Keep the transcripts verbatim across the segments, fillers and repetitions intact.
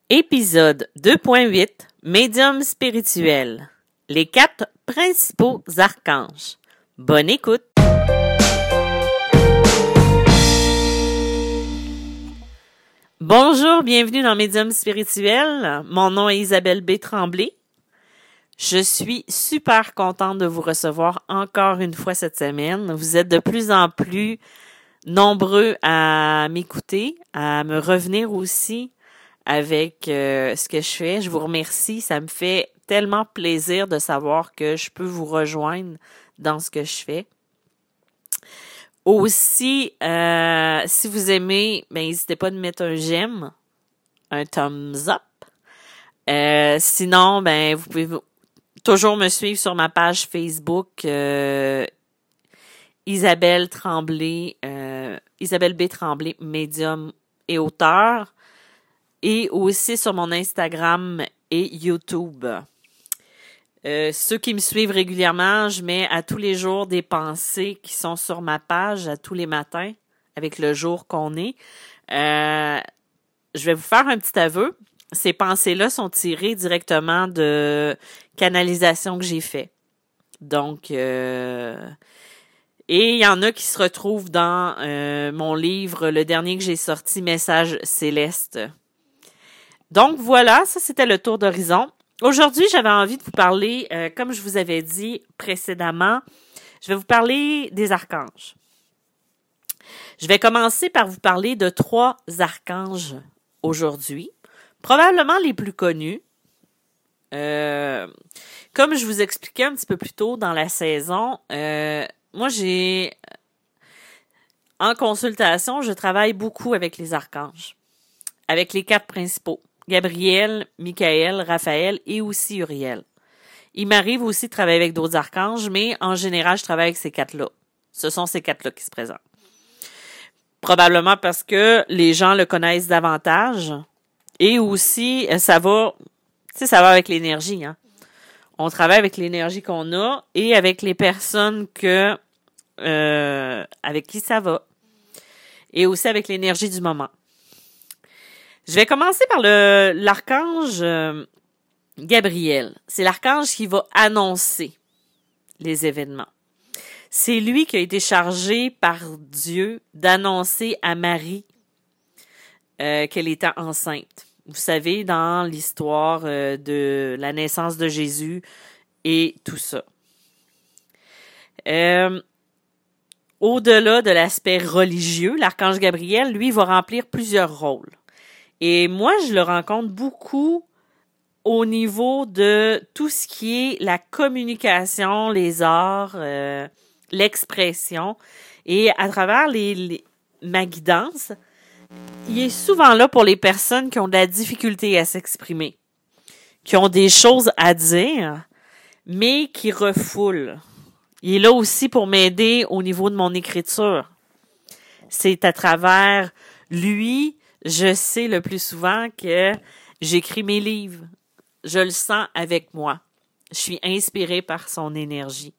Épisode deux point huit, Médium spirituel. Les quatre principaux archanges. Bonne écoute! Bonjour, bienvenue dans Médium spirituel. Mon nom est Isabelle B. Tremblay. Je suis super contente de vous recevoir encore une fois cette semaine. Vous êtes de plus en plus nombreux à m'écouter, à me revenir aussi avec euh, ce que je fais. Je vous remercie. Ça me fait tellement plaisir de savoir que je peux vous rejoindre dans ce que je fais. Aussi, euh, si vous aimez, ben, n'hésitez pas de mettre un j'aime, un thumbs up. Euh, sinon, ben, vous pouvez toujours me suivre sur ma page Facebook euh, Isabelle Tremblay, euh, Isabelle B. Tremblay, médium et auteur. Et aussi sur mon Instagram et YouTube. Euh, ceux qui me suivent régulièrement, je mets à tous les jours des pensées qui sont sur ma page à tous les matins avec le jour qu'on est. Euh, je vais vous faire un petit aveu. Ces pensées-là sont tirées directement de canalisation que j'ai fait. Donc, euh, et il y en a qui se retrouvent dans euh, mon livre, le dernier que j'ai sorti, Message céleste. Donc voilà, ça c'était le tour d'horizon. Aujourd'hui, j'avais envie de vous parler, euh, comme je vous avais dit précédemment, je vais vous parler des archanges. Je vais commencer par vous parler de trois archanges aujourd'hui, probablement les plus connus. Euh, comme je vous expliquais un petit peu plus tôt dans la saison, euh, moi j'ai, en consultation, je travaille beaucoup avec les archanges, avec les quatre principaux. Gabriel, Michael, Raphaël et aussi Uriel. Il m'arrive aussi de travailler avec d'autres archanges, mais en général, je travaille avec ces quatre-là. Ce sont ces quatre-là qui se présentent. Probablement parce que les gens le connaissent davantage et aussi, ça va, tu sais, ça va avec l'énergie, hein. On travaille avec l'énergie qu'on a et avec les personnes que, euh, avec qui ça va. Et aussi avec l'énergie du moment. Je vais commencer par le l'archange euh, Gabriel. C'est l'archange qui va annoncer les événements. C'est lui qui a été chargé par Dieu d'annoncer à Marie euh, qu'elle était enceinte. Vous savez, dans l'histoire euh, de la naissance de Jésus et tout ça. Euh, au-delà de l'aspect religieux, l'archange Gabriel, lui, va remplir plusieurs rôles. Et moi, je le rencontre beaucoup au niveau de tout ce qui est la communication, les arts, euh, l'expression. Et à travers les, les, ma guidance, il est souvent là pour les personnes qui ont de la difficulté à s'exprimer, qui ont des choses à dire, mais qui refoulent. Il est là aussi pour m'aider au niveau de mon écriture. C'est à travers lui, je sais le plus souvent que j'écris mes livres. Je le sens avec moi. Je suis inspirée par son énergie.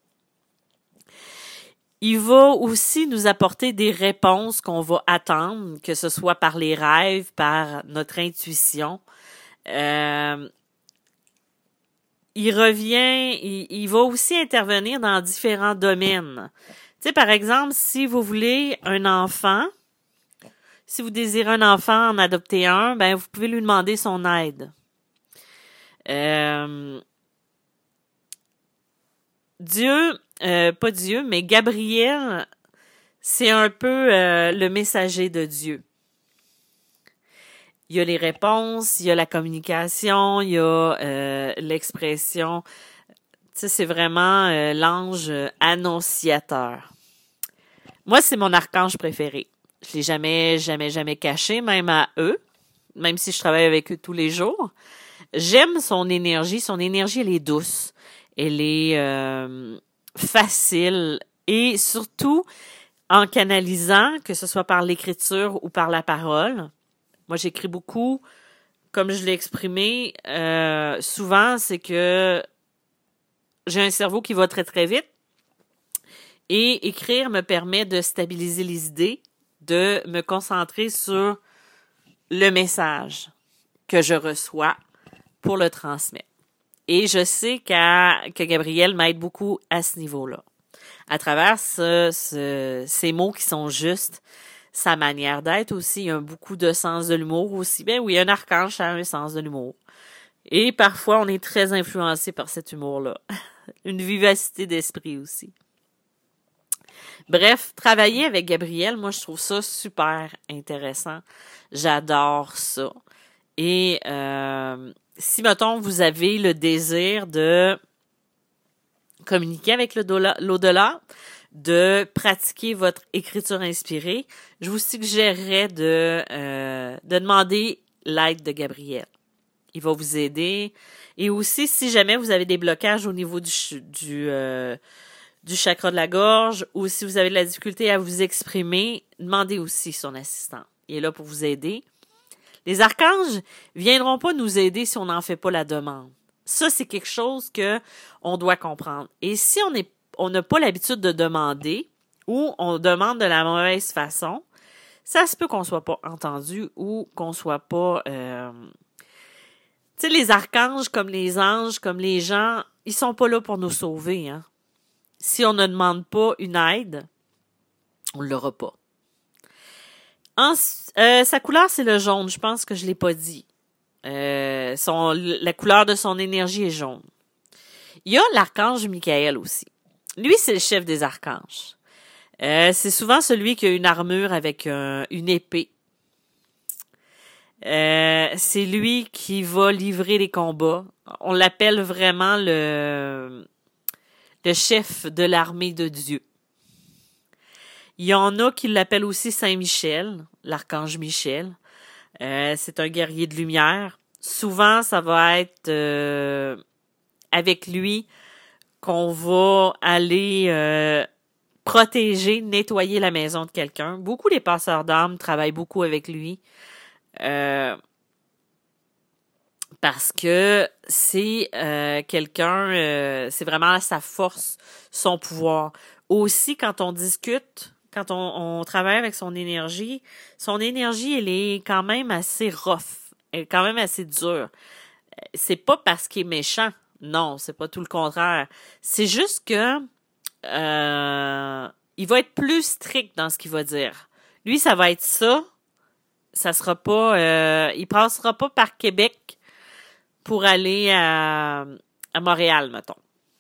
Il va aussi nous apporter des réponses qu'on va attendre, que ce soit par les rêves, par notre intuition. Euh, il revient, il, il va aussi intervenir dans différents domaines. Tu sais, par exemple, si vous voulez un enfant, si vous désirez un enfant, en adopter un, ben vous pouvez lui demander son aide. Euh, Dieu, euh, pas Dieu, mais Gabriel, c'est un peu euh, le messager de Dieu. Il y a les réponses, il y a la communication, il y a euh, l'expression. Tu sais, c'est vraiment euh, l'ange annonciateur. Moi, c'est mon archange préféré. Je l'ai jamais, jamais, jamais caché, même à eux, même si je travaille avec eux tous les jours. J'aime son énergie. Son énergie, elle est douce. Elle est euh, facile. Et surtout, en canalisant, que ce soit par l'écriture ou par la parole. Moi, j'écris beaucoup. Comme je l'ai exprimé, euh, souvent, c'est que j'ai un cerveau qui va très, très vite. Et écrire me permet de stabiliser les idées, de me concentrer sur le message que je reçois pour le transmettre. Et je sais qu'à, que Gabriel m'aide beaucoup à ce niveau-là. À travers ce, ce, ces mots qui sont justes, sa manière d'être aussi, il y a beaucoup de sens de l'humour aussi. Ben oui, un archange a un sens de l'humour. Et parfois, on est très influencé par cet humour-là. Une vivacité d'esprit aussi. Bref, travailler avec Gabriel, moi, je trouve ça super intéressant. J'adore ça. Et euh, si, mettons, vous avez le désir de communiquer avec l'au-delà, de pratiquer votre écriture inspirée, je vous suggérerais de, euh, de demander l'aide de Gabriel. Il va vous aider. Et aussi, si jamais vous avez des blocages au niveau du, du, euh, du chakra de la gorge ou si vous avez de la difficulté à vous exprimer, demandez aussi son assistant. Il est là pour vous aider. Les archanges viendront pas nous aider si on n'en fait pas la demande. Ça, c'est quelque chose que on doit comprendre. Et si on est, on n'a pas l'habitude de demander ou on demande de la mauvaise façon, ça se peut qu'on soit pas entendu ou qu'on soit pas... Euh... Tu sais, les archanges, comme les anges, comme les gens, ils sont pas là pour nous sauver, hein. Si on ne demande pas une aide, on l'aura pas. En, euh, sa couleur, c'est le jaune. Je pense que je l'ai pas dit. Euh, son, la couleur de son énergie est jaune. Il y a l'archange Michael aussi. Lui, c'est le chef des archanges. Euh, c'est souvent celui qui a une armure avec un, une épée. Euh, c'est lui qui va livrer les combats. On l'appelle vraiment le, le chef de l'armée de Dieu. Il y en a qui l'appellent aussi Saint-Michel, l'archange Michel. Euh, c'est un guerrier de lumière. Souvent, ça va être euh, avec lui qu'on va aller euh, protéger, nettoyer la maison de quelqu'un. Beaucoup des passeurs d'âmes travaillent beaucoup avec lui. Euh, parce que c'est euh, quelqu'un, euh, c'est vraiment sa force, son pouvoir. Aussi, quand on discute, quand on, on travaille avec son énergie, son énergie, elle est quand même assez rough. Elle est quand même assez dure. C'est pas parce qu'il est méchant. Non, c'est pas tout le contraire. C'est juste que euh, il va être plus strict dans ce qu'il va dire. Lui, ça va être ça. Ça sera pas... Euh, il passera pas par Québec pour aller à, à Montréal, mettons.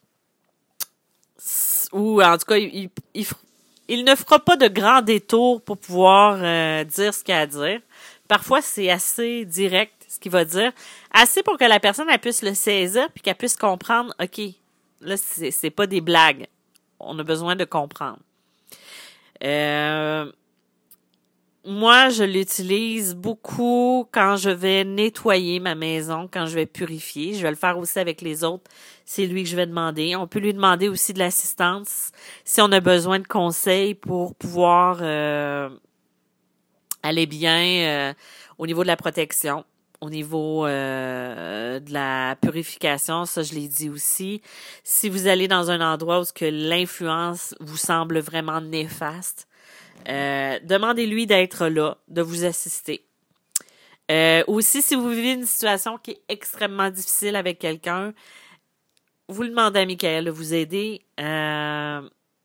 Ou en tout cas, il, il, il ne fera pas de grands détours pour pouvoir euh, dire ce qu'il a à dire. Parfois, c'est assez direct ce qu'il va dire. Assez pour que la personne elle puisse le saisir puis qu'elle puisse comprendre, OK, là, c'est, c'est pas des blagues. On a besoin de comprendre. Euh... Moi, je l'utilise beaucoup quand je vais nettoyer ma maison, quand je vais purifier. Je vais le faire aussi avec les autres. C'est lui que je vais demander. On peut lui demander aussi de l'assistance si on a besoin de conseils pour pouvoir euh, aller bien euh, au niveau de la protection, au niveau euh, de la purification. Ça, je l'ai dit aussi. Si vous allez dans un endroit où que l'influence vous semble vraiment néfaste, Euh, demandez-lui d'être là, de vous assister. Euh, aussi, si vous vivez une situation qui est extrêmement difficile avec quelqu'un, vous le demandez à Michael de vous aider. Euh,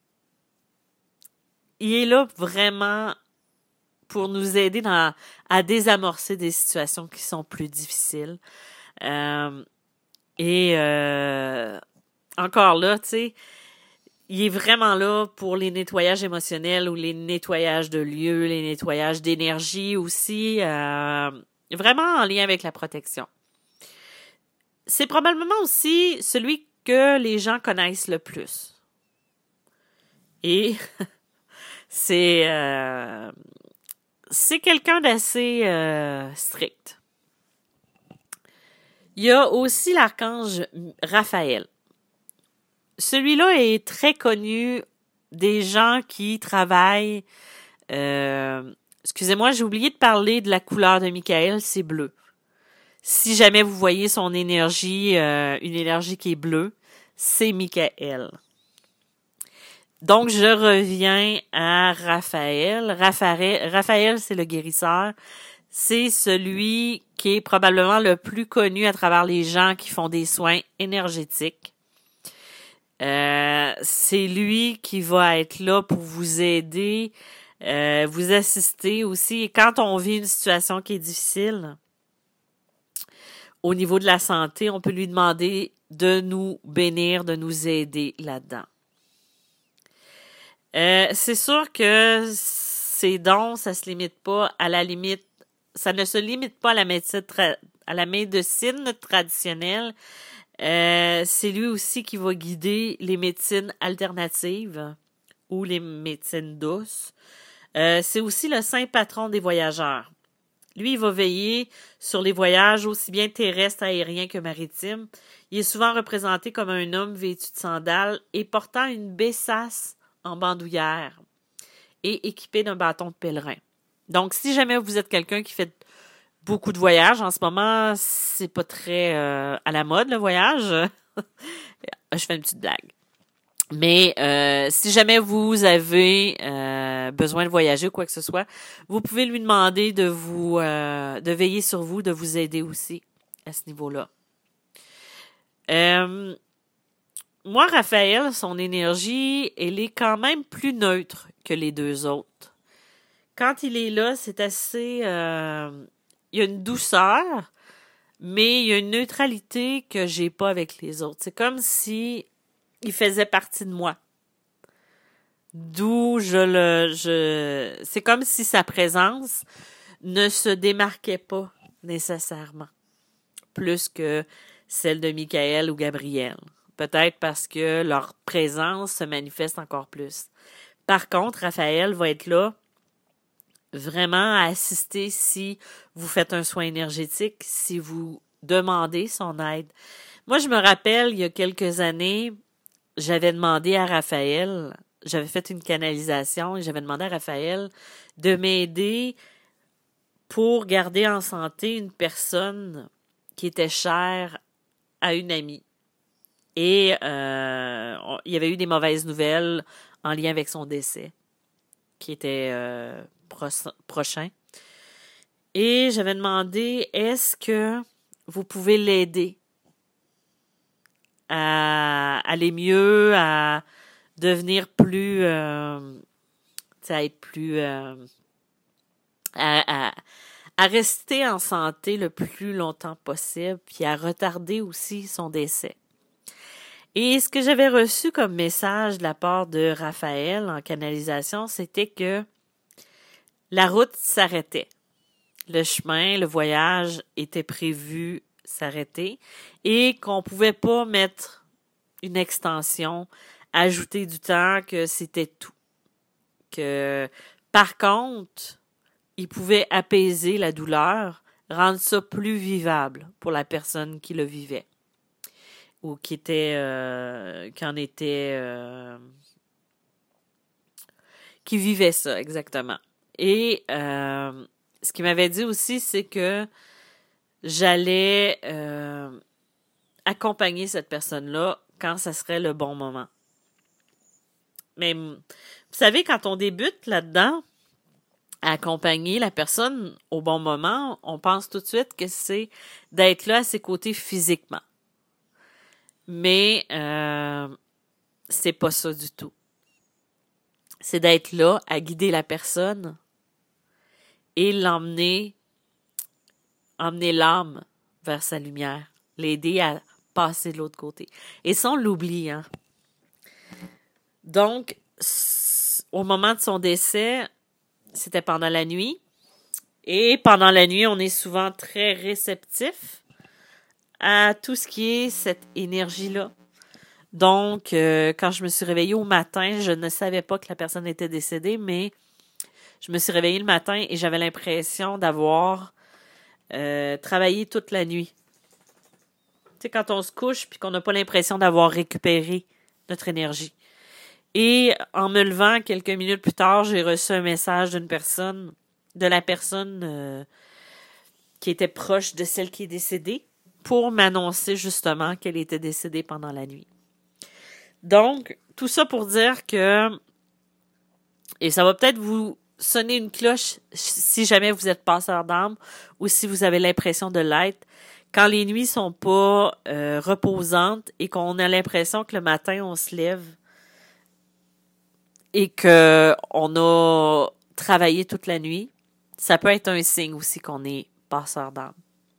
il est là vraiment pour nous aider dans, à désamorcer des situations qui sont plus difficiles. Euh, et euh, encore là, tu sais, il est vraiment là pour les nettoyages émotionnels ou les nettoyages de lieux, les nettoyages d'énergie aussi, euh, vraiment en lien avec la protection. C'est probablement aussi celui que les gens connaissent le plus. Et c'est euh, c'est quelqu'un d'assez euh, strict. Il y a aussi l'archange Raphaël. Celui-là est très connu des gens qui travaillent... Euh, excusez-moi, j'ai oublié de parler de la couleur de Michael, c'est bleu. Si jamais vous voyez son énergie, euh, une énergie qui est bleue, c'est Michael. Donc, je reviens à Raphaël. Raphaël, Raphaël, c'est le guérisseur. c'est celui qui est probablement le plus connu à travers les gens qui font des soins énergétiques. Euh, c'est lui qui va être là pour vous aider, euh, vous assister aussi. Et quand on vit une situation qui est difficile, au niveau de la santé, on peut lui demander de nous bénir, de nous aider là-dedans. Euh, c'est sûr que ces dons, ça se limite pas à la limite, ça ne se limite pas à la médecine, tra- à la médecine traditionnelle. Euh, c'est lui aussi qui va guider les médecines alternatives ou les médecines douces. Euh, c'est aussi le saint patron des voyageurs. Lui, il va veiller sur les voyages aussi bien terrestres, aériens que maritimes. Il est souvent représenté comme un homme vêtu de sandales et portant une besace en bandoulière et équipé d'un bâton de pèlerin. Donc, si jamais vous êtes quelqu'un qui fait beaucoup de voyages, en ce moment, c'est pas très euh, à la mode, le voyage. Je fais une petite blague. Mais euh, si jamais vous avez euh, besoin de voyager ou quoi que ce soit, vous pouvez lui demander de vous euh, de veiller sur vous, de vous aider aussi à ce niveau-là. Euh, moi, Raphaël, son énergie, elle est quand même plus neutre que les deux autres. Quand il est là, c'est assez... Euh, il y a une douceur, mais il y a une neutralité que j'ai pas avec les autres. C'est comme si il faisait partie de moi. D'où je le... je C'est comme si sa présence ne se démarquait pas nécessairement, plus que celle de Michael ou Gabriel. Peut-être parce que leur présence se manifeste encore plus. Par contre, Raphaël va être là vraiment à assister si vous faites un soin énergétique, si vous demandez son aide. Moi, je me rappelle, il y a quelques années, j'avais demandé à Raphaël, j'avais fait une canalisation et j'avais demandé à Raphaël de m'aider pour garder en santé une personne qui était chère à une amie. Et euh, on, il y avait eu des mauvaises nouvelles en lien avec son décès, qui était euh, pro- prochain. Et j'avais demandé, est-ce que vous pouvez l'aider à aller mieux, à devenir plus, euh, à être plus, euh, à, à, à rester en santé le plus longtemps possible, puis à retarder aussi son décès. Et ce que j'avais reçu comme message de la part de Raphaël en canalisation, c'était que la route s'arrêtait. Le chemin, le voyage était prévu s'arrêter et qu'on pouvait pas mettre une extension, ajouter du temps, que c'était tout. Que, par contre, il pouvait apaiser la douleur, rendre ça plus vivable pour la personne qui le vivait. Ou qui était, euh, qui en était, euh, qui vivait ça, exactement. Et euh, ce qu'il m'avait dit aussi, c'est que j'allais euh, accompagner cette personne-là quand ça serait le bon moment. Mais vous savez, quand on débute là-dedans, à accompagner la personne au bon moment, on pense tout de suite que c'est d'être là à ses côtés physiquement. Mais euh, c'est pas ça du tout. C'est d'être là à guider la personne et l'emmener, emmener l'âme vers sa lumière, l'aider à passer de l'autre côté. Et ça, on l'oublie, hein. Donc, au moment de son décès, c'était pendant la nuit. Et pendant la nuit, on est souvent très réceptif à tout ce qui est cette énergie-là. Donc, euh, quand je me suis réveillée au matin, je ne savais pas que la personne était décédée, mais je me suis réveillée le matin et j'avais l'impression d'avoir euh, travaillé toute la nuit. Tu sais, quand on se couche puis qu'on n'a pas l'impression d'avoir récupéré notre énergie. Et en me levant quelques minutes plus tard, j'ai reçu un message d'une personne, de la personne euh, qui était proche de celle qui est décédée, pour m'annoncer justement qu'elle était décédée pendant la nuit. Donc, tout ça pour dire que, et ça va peut-être vous sonner une cloche si jamais vous êtes passeur d'âme ou si vous avez l'impression de l'être. Quand les nuits sont pas euh, reposantes et qu'on a l'impression que le matin, on se lève et que on a travaillé toute la nuit, ça peut être un signe aussi qu'on est passeur d'âme.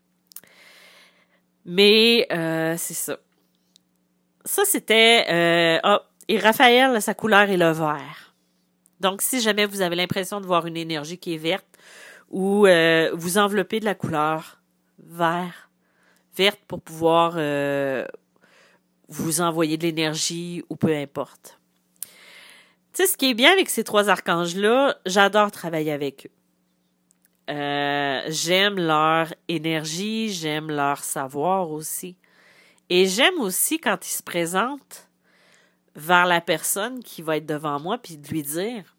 Mais euh, c'est ça. Ça, c'était... Euh, oh, et Raphaël, sa couleur est le vert. Donc, si jamais vous avez l'impression de voir une énergie qui est verte ou euh, vous enveloppez de la couleur vert, verte pour pouvoir euh, vous envoyer de l'énergie ou peu importe. Tu sais, ce qui est bien avec ces trois archanges-là, j'adore travailler avec eux. Euh, j'aime leur énergie, j'aime leur savoir aussi. Et j'aime aussi quand ils se présentent vers la personne qui va être devant moi puis de lui dire,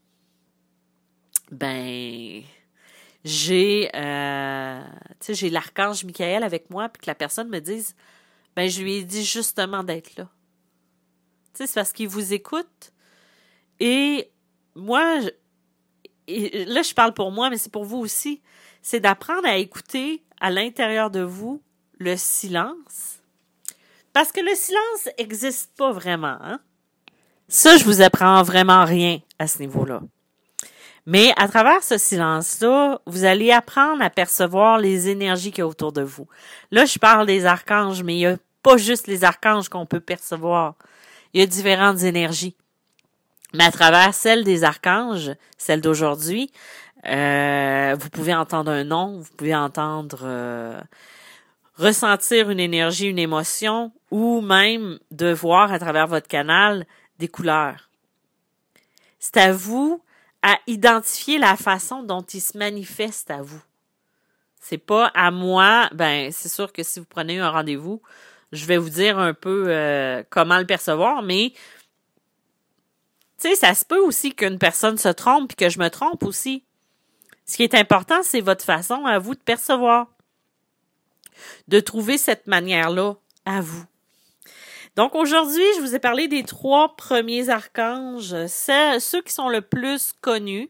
ben, j'ai, euh, tu sais, j'ai l'archange Michael avec moi puis que la personne me dise, ben, je lui ai dit justement d'être là. Tu sais, c'est parce qu'il vous écoute. Et moi, je, et là, je parle pour moi, mais c'est pour vous aussi. C'est d'apprendre à écouter à l'intérieur de vous le silence. Parce que le silence n'existe pas vraiment, hein? Ça, je vous apprends vraiment rien à ce niveau-là. Mais à travers ce silence-là, vous allez apprendre à percevoir les énergies qu'il y a autour de vous. Là, je parle des archanges, mais il n'y a pas juste les archanges qu'on peut percevoir. Il y a différentes énergies. Mais à travers celle des archanges, celle d'aujourd'hui, euh, vous pouvez entendre un nom, vous pouvez entendre... Euh, ressentir une énergie, une émotion, ou même de voir à travers votre canal des couleurs. C'est à vous à identifier la façon dont il se manifeste à vous. C'est pas à moi, ben c'est sûr que si vous prenez un rendez-vous, je vais vous dire un peu euh, comment le percevoir, mais tu sais, ça se peut aussi qu'une personne se trompe et que je me trompe aussi. Ce qui est important, c'est votre façon à vous de percevoir. De trouver cette manière-là à vous. Donc aujourd'hui, je vous ai parlé des trois premiers archanges, ceux qui sont le plus connus.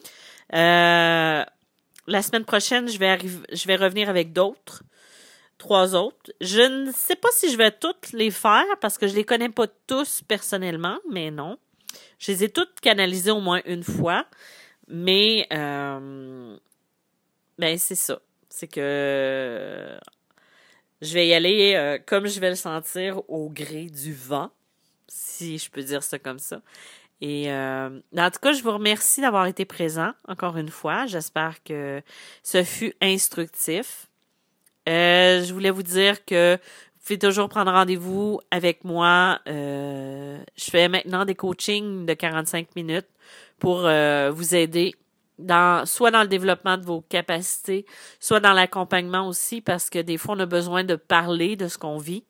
Euh, la semaine prochaine, je vais arriver, je vais revenir avec d'autres, trois autres. Je ne sais pas si je vais toutes les faire parce que je les connais pas tous personnellement, mais non. Je les ai toutes canalisées au moins une fois, mais euh, ben c'est ça. C'est que je vais y aller euh, comme je vais le sentir au gré du vent, si je peux dire ça comme ça. Et euh, en tout cas, je vous remercie d'avoir été présent encore une fois. J'espère que ce fut instructif. Euh, je voulais vous dire que vous pouvez toujours prendre rendez-vous avec moi. Euh, je fais maintenant des coachings de quarante-cinq minutes pour euh, vous aider dans soit dans le développement de vos capacités, soit dans l'accompagnement aussi, parce que des fois, on a besoin de parler de ce qu'on vit.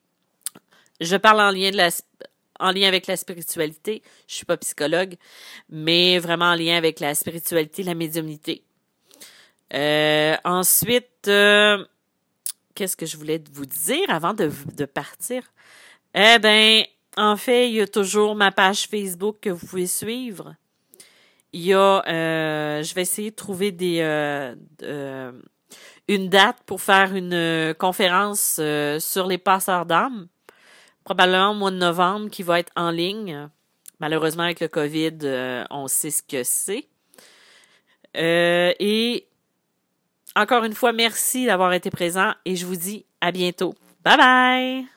Je parle en lien de la en lien avec la spiritualité. Je suis pas psychologue, mais vraiment en lien avec la spiritualité, la médiumnité. Euh, ensuite, euh, qu'est-ce que je voulais vous dire avant de, de partir? Eh ben, en fait, il y a toujours ma page Facebook que vous pouvez suivre. Il y a, euh, je vais essayer de trouver des euh, euh, une date pour faire une euh, conférence euh, sur les passeurs d'âme, probablement au mois de novembre, qui va être en ligne. Malheureusement, avec le COVID, euh, on sait ce que c'est. Euh, et encore une fois, merci d'avoir été présent et je vous dis à bientôt. Bye bye!